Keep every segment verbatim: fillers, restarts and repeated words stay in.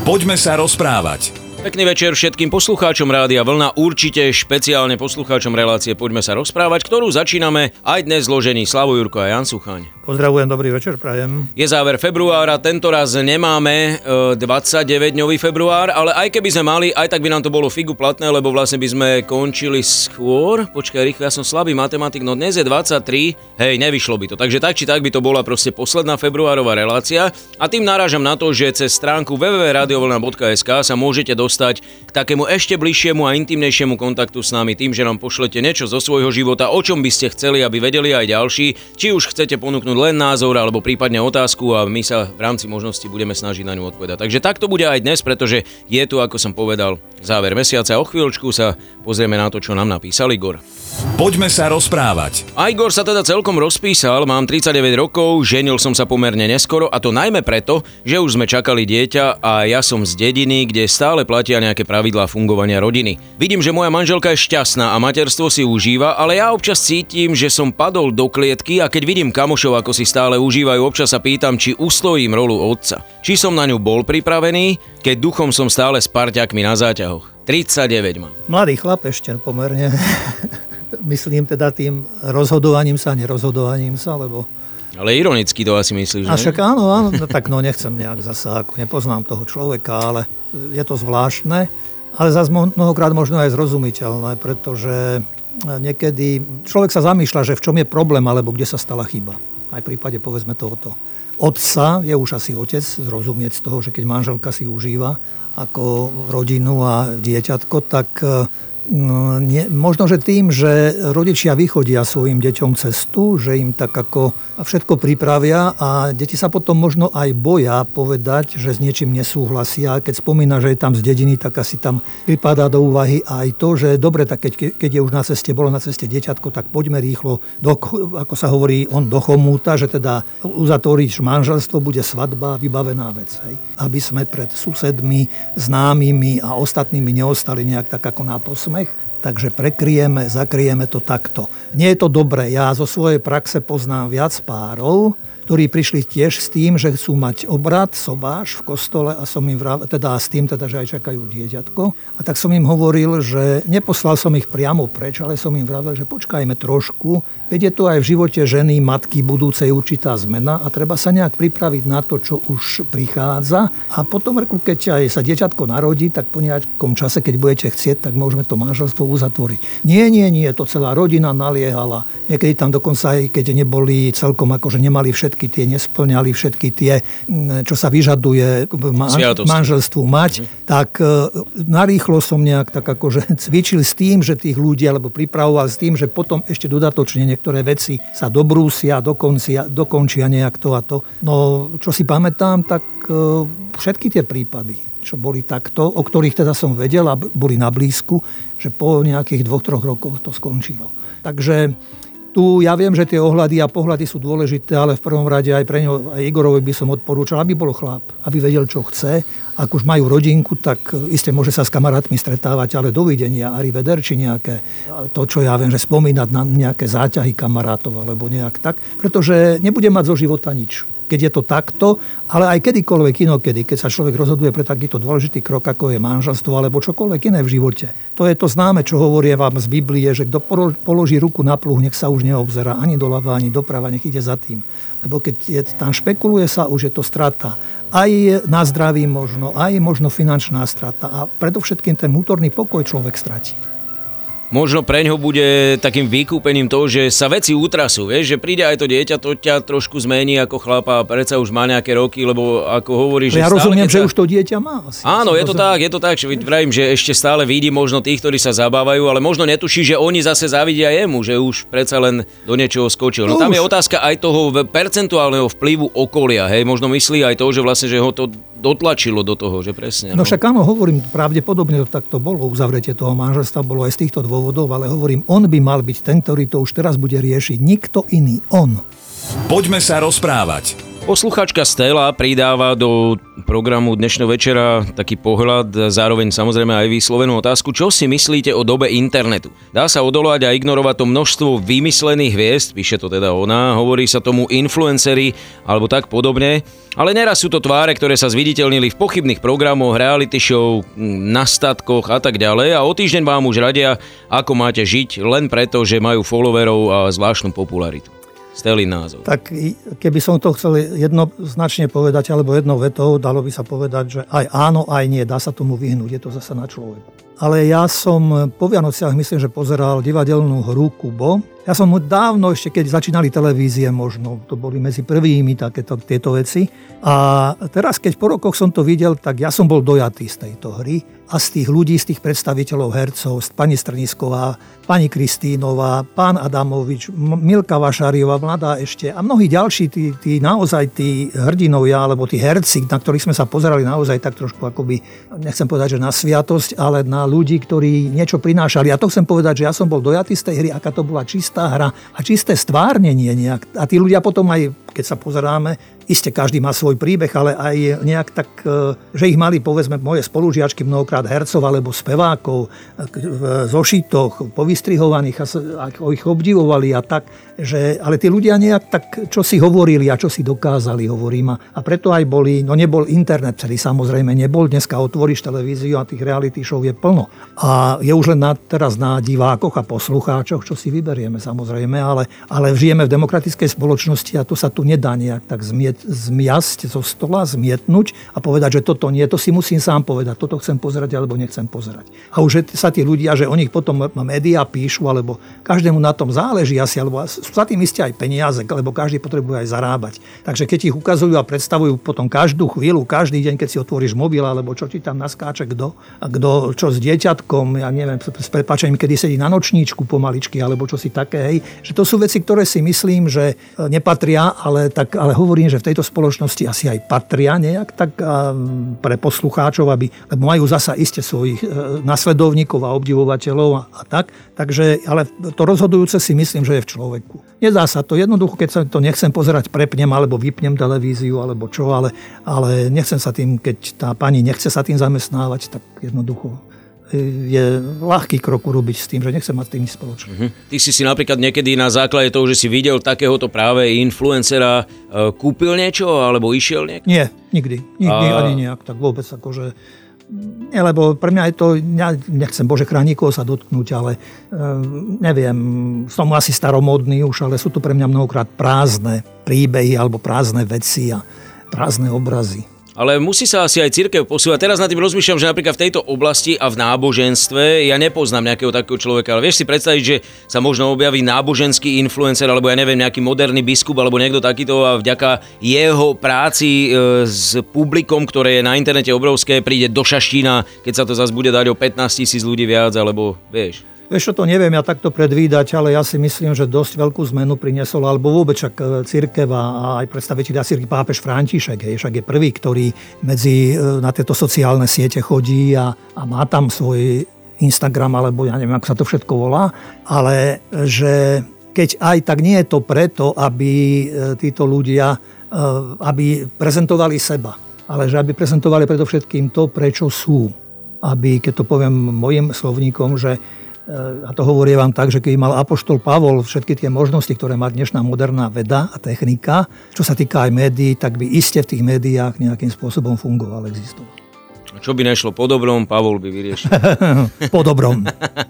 Poďme sa rozprávať. Pekný večer všetkým poslucháčom Rádia Vlna, určite špeciálne poslucháčom relácie Poďme sa rozprávať, ktorú začíname aj dnes zložení Slavo Jurko a Jan Suchaň. Pozdravujem, dobrý večer, prajem. Je záver februára, tento raz nemáme e, dvadsaťdeväťdňový február, ale aj keby sme mali, aj tak by nám to bolo figu platné, lebo vlastne by sme končili skôr. Počkaj, rýchlo, ja som slabý matematik, no dnes je dvadsaťtri, hej, nevyšlo by to. Takže tak či tak by to bola proste posledná februárová relácia a tým narážam na to, že cez stránku w w w bodka radiovlna bodka es ká sa môžete dostať k takému ešte bližšiemu a intimnejšiemu kontaktu s nami tým, že nám pošlete niečo zo svojho života, o čom by ste chceli, aby vedeli aj ďalší, či už chcete ponúknuť len názor alebo prípadne otázku a my sa v rámci možnosti budeme snažiť na ňu odpovedať. Takže tak to bude aj dnes, pretože je tu, ako som povedal, záver mesiaca. O chvíľočku sa pozrieme na to, čo nám napísal Igor. Poďme sa rozprávať. A Igor sa teda celkom rozpísal, mám tridsaťdeväť rokov, ženil som sa pomerne neskoro a to najmä preto, že už sme čakali dieťa a ja som z dediny, kde stále platia nejaké pravidlá fungovania rodiny. Vidím, že moja manželka je šťastná a materstvo si užíva, ale ja občas cítim, že som padol do klietky a keď vidím kamošov, ako si stále užívajú, občas sa pýtam, či ustojím rolu otca. Či som na ňu bol pripravený, keď duchom som stále s parťakmi na záťahoch. tridsaťdeväť mám. Mladý chlap ešte pomerne. Myslím teda tým rozhodovaním sa, nerozhodovaním sa, lebo... Ale ironicky to asi myslíš, že? A však áno, áno, no, tak no nechcem nejak zasa, ako nepoznám toho človeka, ale je to zvláštne, ale zase mnohokrát možno aj zrozumiteľné, pretože niekedy človek sa zamýšľa, že v čom je problém, alebo kde sa stala chyba. Aj v prípade, povedzme, tohoto otca, je už asi otec, zrozumieť z toho, že keď manželka si užíva ako rodinu a dieťatko, tak... No, nie, možno, že tým, že rodičia vychodia svojim deťom cestu, že im tak ako všetko pripravia a deti sa potom možno aj boja povedať, že s niečím nesúhlasia. Keď spomína, že je tam z dediny, tak asi tam pripadá do úvahy aj to, že dobre, tak keď, keď je už na ceste, bolo na ceste dieťatko, tak poďme rýchlo, do, ako sa hovorí, on do chomúta, že teda uzatvoriť manželstvo, bude svadba, vybavená vec. Hej. Aby sme pred susedmi, známymi a ostatnými neostali nejak tak ako na posmech. Takže prekryjeme, zakryjeme to takto. Nie je to dobré. Ja zo svojej praxe poznám viac párov, ktorí prišli tiež s tým, že chcú mať obrad, sobáš v kostole a som im vravel, teda s tým, teda, že aj čakajú dieťatko. A tak som im hovoril, že neposlal som ich priamo preč, ale som im vravel, že počkajme trošku, veď je to aj v živote ženy, matky budúcej určitá zmena a treba sa nejak pripraviť na to, čo už prichádza. A potom, keď aj sa dieťatko narodí, tak po nejakom čase, keď budete chcieť, tak môžeme to manželstvo uzatvoriť. Nie, nie, nie, to celá rodina naliehala. Niekedy tam dokonca aj, keď neboli celkom, akože nemali všetky tie nesplňali všetky tie, čo sa vyžaduje manž- manželstvu mať, mm. tak e, narýchlo som nejak tak akože cvičil s tým, že tých ľudí, alebo pripravoval s tým, že potom ešte dodatočne niektoré veci sa dobrúsia, dokoncia, dokončia nejak to a to. No, čo si pamätám, tak e, všetky tie prípady, čo boli takto, o ktorých teda som vedel a boli na blízku, že po nejakých dvoch, troch rokoch to skončilo. Takže tu ja viem, že tie ohľady a pohľady sú dôležité, ale v prvom rade aj pre ňo, aj Igorovi by som odporúčal, aby bol chlap, aby vedel, čo chce. Ak už majú rodinku, tak iste môže sa s kamarátmi stretávať, ale dovidenia, arrivederci nejaké, to, čo ja viem, že spomínať na nejaké záťahy kamarátov, alebo nejak tak, pretože nebude mať zo života nič. Keď je to takto, ale aj kedykoľvek inokedy, keď sa človek rozhoduje pre takýto dôležitý krok, ako je manželstvo, alebo čokoľvek iné v živote. To je to známe, čo hovorí vám z Biblie, že kto položí ruku na pluh, nech sa už neobzerá ani doľava, ani doprava, nech ide za tým. Lebo keď je, tam špekuluje sa, už je to strata. Aj na zdraví možno, aj možno finančná strata. A predovšetkým ten vnútorný pokoj človek stratí. Možno preňho bude takým vykúpením toho, že sa veci utrasú, vieš, že príde aj to dieťa, to ťa trošku zmení ako chlapa a predsa už má nejaké roky, lebo ako hovorí, že ja stále... rozumiem, sa... že už to dieťa má asi. Áno, je to rozumiem. tak, je to tak, že vravím, že ešte stále vidí možno tých, ktorí sa zabávajú, ale možno netuší, že oni zase závidia jemu, že už predsa len do niečoho skočil. No tam je otázka aj toho percentuálneho vplyvu okolia, hej, možno myslí aj to, že vlastne, že ho to dotlačilo do toho, že presne. No, no však áno, hovorím, pravdepodobne to takto bolo, uzavretie toho manželstva bolo aj z týchto dôvodov, ale hovorím, on by mal byť ten, ktorý to už teraz bude riešiť. Nikto iný, on. Poďme sa rozprávať. Poslucháčka Stella pridáva do programu dnešného večera taký pohľad, zároveň samozrejme aj vyslovenú otázku, čo si myslíte o dobe internetu. Dá sa odolať a ignorovať to množstvo vymyslených hviezd, píše to teda ona, hovorí sa tomu influenceri alebo tak podobne, ale neraz sú to tváre, ktoré sa zviditeľnili v pochybných programoch, reality show, na statkoch a tak ďalej a o týždeň vám už radia, ako máte žiť, len preto, že majú followerov a zvláštnu popularitu. Stelin názov. Tak keby som to chcel jednoznačne povedať, alebo jednou vetou, dalo by sa povedať, že aj áno, aj nie, dá sa tomu vyhnúť, je to zasa na človeku. Ale ja som po Vianociach, myslím, že pozeral divadelnú hru Kubo. Ja som dávno, ešte keď začínali televízie možno, to boli medzi prvými takéto tieto veci. A teraz, keď po rokoch som to videl, tak ja som bol dojatý z tejto hry a z tých ľudí, z tých predstaviteľov hercov, pani Strnisková, pani Kristínová, pán Adamovič, Milka Vašáriová, mladá ešte a mnohí ďalší, tí, tí naozaj tí hrdinovia, alebo tí herci, na ktorých sme sa pozerali naozaj tak trošku akoby, nechcem povedať, že na sviatosť, ale na ľudí, ktorí niečo prinášali. A to chcem povedať, že ja som bol dojatý z tej hry, aká to bola čistá hra a čisté stvárnenie nejak. A tí ľudia potom aj, keď sa pozeráme, iste každý má svoj príbeh, ale aj nejak tak, že ich mali, povedzme, moje spolužiačky mnohokrát hercov alebo spevákov v zošitoch, povystrihovaných a ich obdivovali a tak, že, ale tí ľudia nejak tak, čo si hovorili a čo si dokázali, hovorím. A preto aj boli, no nebol internet, ktorý samozrejme nebol, dneska otvoríš televíziu a tých reality show je plno. A je už len na, teraz na divákoch a poslucháčoch, čo si vyberieme samozrejme, ale, ale žijeme v demokratickej spoločnosti a to sa tu nedá nejak tak zmiet zmiasť zo stola, zmietnúť a povedať, že toto nie, to si musím sám povedať, toto chcem pozerať alebo nechcem pozerať. A už sa tí ľudia, že o nich potom médiá píšu, alebo každému na tom záleží asi, alebo za tým isté aj peniaze, lebo každý potrebuje aj zarábať. Takže keď ich ukazujú a predstavujú potom každú chvíľu, každý deň, keď si otvoríš mobil, alebo čo ti tam naskáče kto, a kto čo s dieťatkom, ja neviem, s prepáčením, kedy sedí na nočníčku pomaličky, alebo čo si také, hej, že to sú veci, ktoré si myslím, že nepatria, ale, tak, ale hovorím, že v tejto spoločnosti asi aj patria nejak tak pre poslucháčov, aby, lebo majú zasa iste svojich nasledovníkov a obdivovateľov a, a tak. Takže, ale to rozhodujúce si myslím, že je v človeku. Nedá sa to jednoducho, keď sa to nechcem pozerať, prepnem alebo vypnem televíziu alebo čo, ale, ale nechcem sa tým, keď tá pani nechce sa tým zamestnávať, tak jednoducho je ľahký krok urobiť s tým, že nechcem mať s tým nič spoločné. Uh-huh. Ty si si napríklad niekedy na základe toho, že si videl takéhoto práve influencera, kúpil niečo alebo išiel niekde? Nie, nikdy. Nikdy A... ani nejak. Tak vôbec akože... Nie, lebo pre mňa je to... Ja nechcem, Bože chráň, nikoho sa dotknúť, ale neviem, som asi staromodný už, ale sú to pre mňa mnohokrát prázdne príbehy alebo prázdne veci a prázdne obrazy. Ale musí sa asi aj cirkev posúvať. Teraz nad tým rozmýšľam, že napríklad v tejto oblasti a v náboženstve ja nepoznám nejakého takého človeka, ale vieš si predstaviť, že sa možno objaví náboženský influencer, alebo ja neviem, nejaký moderný biskup, alebo niekto takýto a vďaka jeho práci e, s publikom, ktoré je na internete obrovské, príde do Šaštína, keď sa to zase bude dať o pätnásť tisíc ľudí viac, alebo vieš... Vieš, čo to neviem ja takto predvídať, ale ja si myslím, že dosť veľkú zmenu priniesol, alebo vôbec však cirkev a aj predstaviteľ cirkvi pápež František, hej, však je prvý, ktorý medzi, na tieto sociálne siete chodí a, a má tam svoj Instagram, alebo ja neviem, ako sa to všetko volá, ale že keď aj tak nie je to preto, aby títo ľudia, aby prezentovali seba, ale že aby prezentovali predovšetkým to, prečo sú. Aby, keď to poviem mojim slovníkom, že a to hovorí vám tak, že keď mal apoštol Pavol všetky tie možnosti, ktoré má dnešná moderná veda a technika, čo sa týka aj médií, tak by iste v tých médiách nejakým spôsobom fungoval, existoval. Čo by nešlo po dobrom, Pavol by vyriešil. Po dobrom.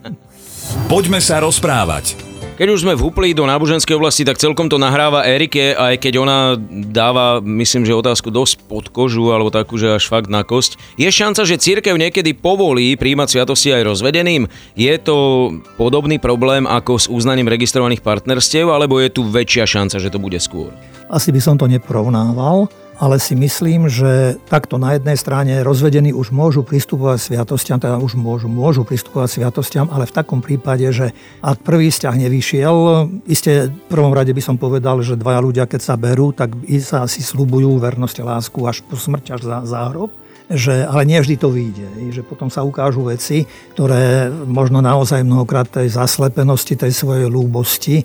Poďme sa rozprávať. Keď už sme vhúpli do náboženskej oblasti, tak celkom to nahráva Erike, aj keď ona dáva, myslím, že otázku dosť pod kožu, alebo takú, že až fakt na kosť. Je šanca, že cirkev niekedy povolí prijímať sviatosti aj rozvedeným? Je to podobný problém ako s uznaním registrovaných partnerstiev, alebo je tu väčšia šanca, že to bude skôr? Asi by som to neporovnával, ale si myslím, že takto na jednej strane rozvedení už môžu pristupovať sviatostiam, teda už môžu, môžu pristupovať sviatostiam, ale v takom prípade, že ak prvý vzťah nevyšiel, iste v prvom rade by som povedal, že dvaja ľudia, keď sa berú, tak sa asi sľubujú vernosť a lásku až po smrť, až za, za hrob. že, ale nie vždy to vyjde, že potom sa ukážu veci, ktoré možno naozaj mnohokrát tej zaslepenosti, tej svojej ľúbosti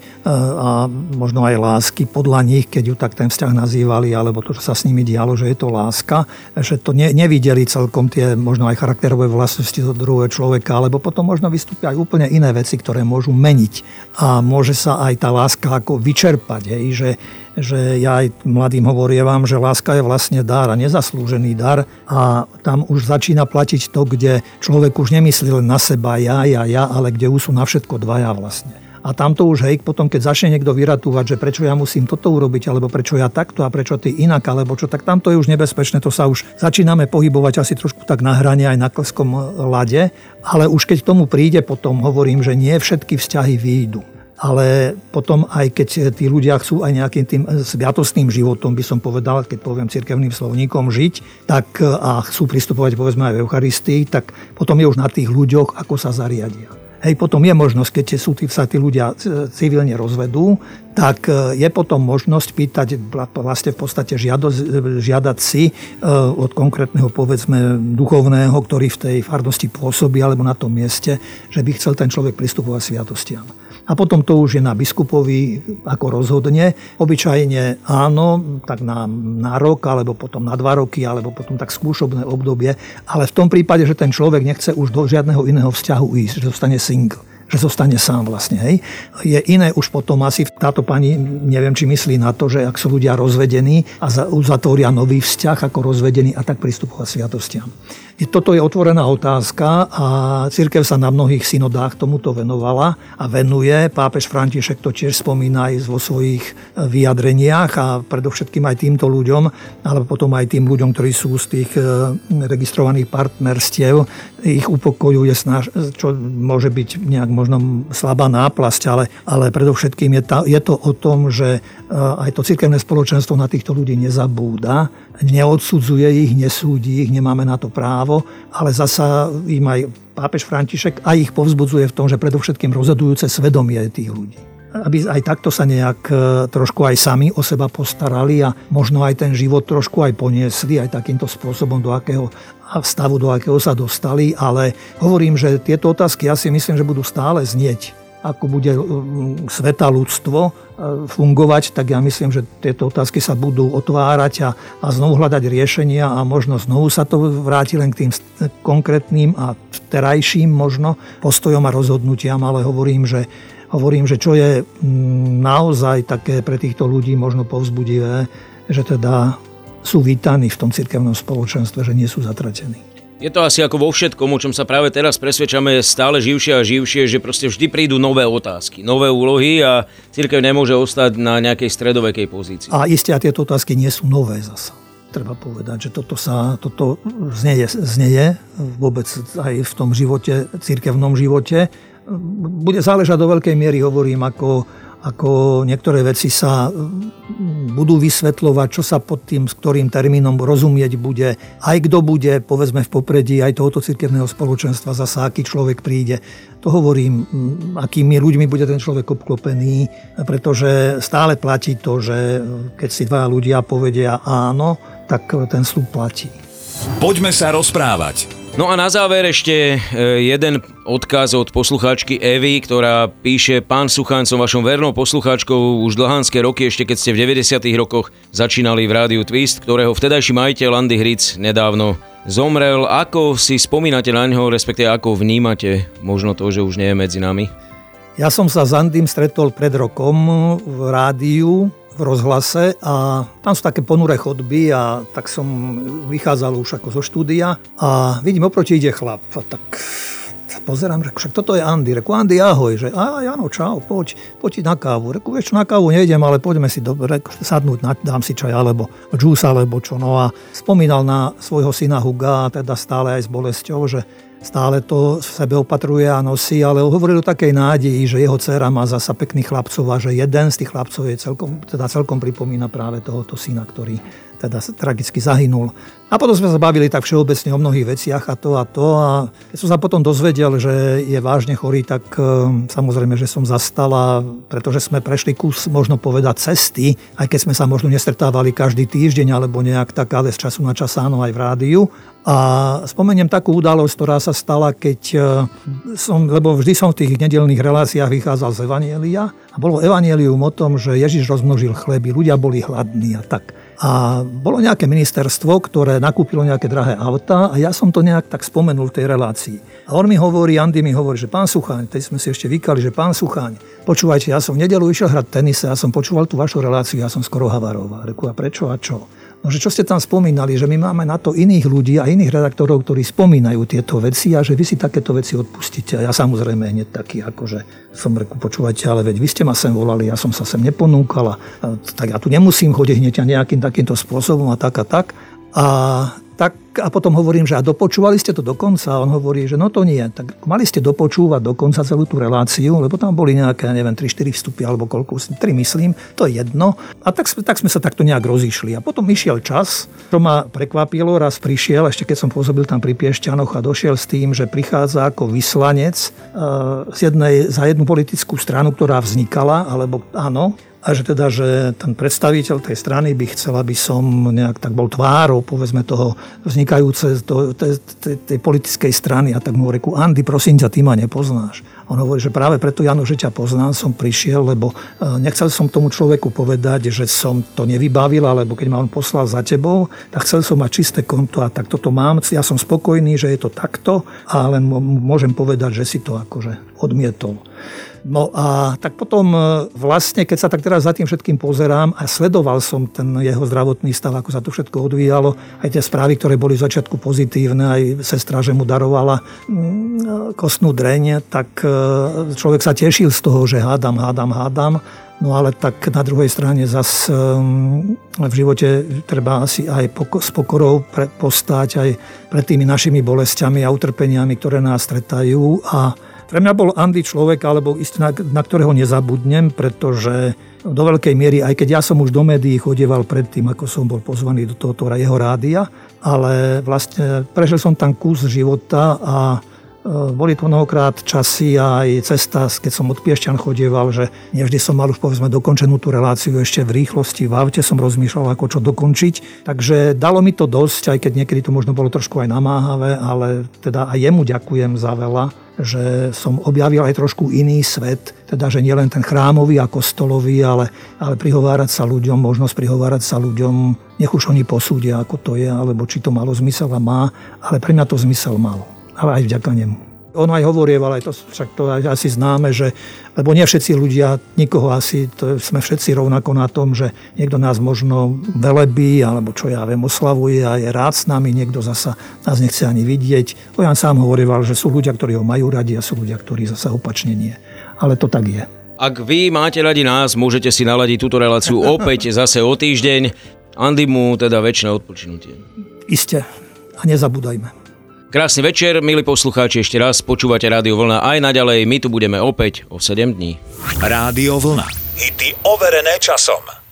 a možno aj lásky podľa nich, keď ju tak ten vzťah nazývali, alebo to, čo sa s nimi dialo, že je to láska, že to ne, nevideli celkom tie možno aj charakterové vlastnosti do druhého človeka, alebo potom možno vystúpia aj úplne iné veci, ktoré môžu meniť a môže sa aj tá láska ako vyčerpať, hej, že že ja aj mladým hovorievam, že láska je vlastne dar a nezaslúžený dar a tam už začína platiť to, kde človek už nemyslí len na seba ja, ja, ja, ale kde už sú na všetko dvaja vlastne. A tamto už, hej, potom keď začne niekto vyratúvať, že prečo ja musím toto urobiť, alebo prečo ja takto a prečo ty inak, alebo čo, tak tamto je už nebezpečné, to sa už začíname pohybovať asi trošku tak na hrane aj na klskom lade, ale už keď k tomu príde, potom hovorím, že nie všetky vzťahy výjdu. Ale potom aj keď tí ľudia chcú aj nejakým tým sviatostným životom, by som povedal, keď poviem cirkevným slovníkom, žiť, tak a chcú pristupovať povedzme aj v Eucharistii, tak potom je už na tých ľuďoch, ako sa zariadia. Hej, potom je možnosť, keď sú tí, sa tí ľudia civilne rozvedú, tak je potom možnosť pýtať vlastne v podstate žiado, žiadať si od konkrétneho povedzme duchovného, ktorý v tej farnosti pôsobí alebo na tom mieste, že by chcel ten človek pristupovať sviatostiam. A potom to už je na biskupovi, ako rozhodne. Obyčajne áno, tak na, na rok, alebo potom na dva roky, alebo potom tak skúšobné obdobie. Ale v tom prípade, že ten človek nechce už do žiadneho iného vzťahu ísť, že zostane single, že zostane sám vlastne. Hej. Je iné už potom asi, táto pani, neviem, či myslí na to, že ak sú ľudia rozvedení a uzatvoria nový vzťah ako rozvedení a tak pristupovať sviatostiam. Toto je otvorená otázka a cirkev sa na mnohých synodách tomuto venovala a venuje. Pápež František to tiež spomína aj vo svojich vyjadreniach a predovšetkým aj týmto ľuďom, ale potom aj tým ľuďom, ktorí sú z tých registrovaných partnerstiev. Ich upokojuje, čo môže byť nejak možno slabá náplasť, ale, ale predovšetkým je, ta, je to o tom, že aj to cirkevné spoločenstvo na týchto ľudí nezabúda, neodsudzuje ich, nesúdi ich, nemáme na to právo, ale zasa im aj pápež František aj ich povzbudzuje v tom, že predovšetkým rozhodujúce svedomie tých ľudí. Aby aj takto sa nejak trošku aj sami o seba postarali a možno aj ten život trošku aj poniesli, aj takýmto spôsobom, do akého stavu, do akého sa dostali, ale hovorím, že tieto otázky ja si myslím, že budú stále znieť. Ako bude sveta ľudstvo fungovať, tak ja myslím, že tieto otázky sa budú otvárať a, a znovu hľadať riešenia a možno znovu sa to vráti len k tým konkrétnym a terajším možno postojom a rozhodnutiam, ale hovorím, že, hovorím, že čo je naozaj také pre týchto ľudí možno povzbudivé, že teda sú vítaní v tom cirkevnom spoločenstve, že nie sú zatratení. Je to asi ako vo všetkom, o čom sa práve teraz presvedčame stále živšie a živšie, že proste vždy prídu nové otázky, nové úlohy a cirkev nemôže ostať na nejakej stredovekej pozícii. A isté, a tieto otázky nie sú nové zasa. Treba povedať, že toto sa toto znieje, znieje vôbec aj v tom živote, cirkevnom živote. Bude záležať do veľkej miery, hovorím, ako ako niektoré veci sa budú vysvetľovať, čo sa pod tým, s ktorým termínom rozumieť bude, aj kto bude, povedzme v popredí aj tohoto cirkevného spoločenstva, zasa aký človek príde. To hovorím, akými ľuďmi bude ten človek obklopený, pretože stále platí to, že keď si dva ľudia povedia áno, tak ten sľub platí. Poďme sa rozprávať. No a na záver ešte jeden odkaz od poslucháčky Evy, ktorá píše: Pán Suchaň, som vašou vernou poslucháčkou už dlhánske roky, ešte keď ste v deväťdesiatych rokoch začínali v Rádiu Twist, ktorého vtedajší majiteľ Andy Hric nedávno zomrel. Ako si spomínate na ňoho, respektíve ako vnímate možno to, že už nie je medzi nami? Ja som sa s Andym stretol pred rokom v rádiu, v rozhlase a tam sú také ponuré chodby a tak som vychádzal už ako zo štúdia a vidím, oproti ide chlap a tak pozerám, že však toto je Andy. Reku, Andy, ahoj, že a Jano, čau, poď, poď na kávu. Reku, vieš čo, na kávu nejdem, ale poďme si dobre sadnúť, dám si čaj alebo džús alebo čo. No a spomínal na svojho syna Huga, teda stále aj s bolesťou, že stále to v sebe opatruje a nosí, ale hovoril o takej nádeji, že jeho dcéra má zasa pekných chlapcov a že jeden z tých chlapcov je celkom, teda celkom pripomína práve tohoto syna, ktorý teda tragicky zahynul. A potom sme sa bavili tak všeobecne o mnohých veciach a to a to a keď som sa potom dozvedel, že je vážne chorý, tak samozrejme, že som zastala, pretože sme prešli kus, možno povedať, cesty, aj keď sme sa možno nestretávali každý týždeň alebo nejak tak, ale z času na čas áno aj v rádiu. A spomeniem takú udalosť, ktorá sa stala, keď som, lebo vždy som v tých nedeľných reláciách vychádzal z Evanjelia a bolo evanjelium o tom, že Ježiš rozmnožil chleby, ľudia boli hladní a tak. A bolo nejaké ministerstvo, ktoré nakúpilo nejaké drahé autá a ja som to nejak tak spomenul v tej relácii. A on mi hovorí, Andy mi hovorí, že pán Suchaň, teď sme si ešte vykali, že pán Suchaň, počúvajte, ja som v nedeľu išiel hrať tenise, ja som počúval tú vašu reláciu, ja som skoro havaroval. Reku, a prečo a čo? No, že čo ste tam spomínali, že my máme na to iných ľudí a iných redaktorov, ktorí spomínajú tieto veci a že vy si takéto veci odpustíte. A ja samozrejme hneď taký, akože som reku, počúvajte, ale veď vy ste ma sem volali, ja som sa sem neponúkal, a, tak ja tu nemusím chodiť hneď nejakým takýmto spôsobom a tak a tak. A tak a potom hovorím, že a dopočúvali ste to dokonca? A on hovorí, že no to nie. Tak mali ste dopočúvať dokonca celú tú reláciu, lebo tam boli nejaké, neviem, tri štyri vstupy alebo koľko, tri myslím, to je jedno. A tak, tak sme sa takto nejak rozišli. A potom išiel čas, čo ma prekvapilo, raz prišiel, ešte keď som pôsobil tam pri Piešťanoch a došiel s tým, že prichádza ako vyslanec uh, z jednej, za jednu politickú stranu, ktorá vznikala, alebo áno, a že teda, že ten predstaviteľ tej strany by chcel, aby som nejak tak bol tvárou, povedzme, toho vznikajúce to, tej, tej, tej politickej strany. A tak mu reku, Andy, prosím ťa, ty ma nepoznáš. On hovorí, že práve preto, Jano, že ťa poznám, som prišiel, lebo nechcel som tomu človeku povedať, že som to nevybavil, alebo keď ma on poslal za tebou, tak chcel som mať čisté konto a tak toto mám. Ja som spokojný, že je to takto, a len môžem povedať, že si to akože odmietol. No a tak potom vlastne, keď sa tak teraz za tým všetkým pozerám a sledoval som ten jeho zdravotný stav, ako sa to všetko odvíjalo, aj tie správy, ktoré boli v začiatku pozitívne, aj sestra, že mu darovala kostnú dreň, tak človek sa tešil z toho, že hádam, hádam, hádam. No ale tak na druhej strane zas v živote treba asi aj s pokorou postať aj pred tými našimi bolestiami a utrpeniami, ktoré nás stretajú. A pre mňa bol Andy človek, alebo istý, na, na ktorého nezabudnem, pretože do veľkej miery, aj keď ja som už do médií chodieval predtým, ako som bol pozvaný do tohoto jeho rádia, ale vlastne prežil som tam kus života a boli to mnohokrát časy a aj cesta, keď som od Piešťan chodieval, že nevždy som mal už povedzme dokončenú tú reláciu ešte v rýchlosti, v aute som rozmýšľal, ako čo dokončiť. Takže dalo mi to dosť, aj keď niekedy to možno bolo trošku aj namáhavé, ale teda aj jemu ďakujem za veľa, že som objavil aj trošku iný svet, teda že nielen ten chrámový a kostolový, ale, ale prihovárať sa ľuďom, možnosť prihovárať sa ľuďom, nech už oni posúdia, ako to je, alebo či to malo zmysel a má, ale pre mňa to zmysel malo. Ale aj vďaka nemu. On aj hovorieval, aj to, však to asi známe, že, lebo nie všetci ľudia, nikoho asi, to sme všetci rovnako na tom, že niekto nás možno velebí, alebo čo ja viem, oslavuje a je rád s nami, niekto zasa nás nechce ani vidieť. On sám hovorieval, že sú ľudia, ktorí ho majú radi a sú ľudia, ktorí zasa opačne nie. Ale to tak je. Ak vy máte radi nás, môžete si naladiť túto reláciu opäť zase o týždeň. Andy mu teda väčšie odpočinutie. Iste. A nezabúdajme. Krásny večer, milí poslucháči, ešte raz počúvate Rádio Vlna aj naďalej. My tu budeme opäť o sedem dní. Rádio Vlna. Hity overené časom.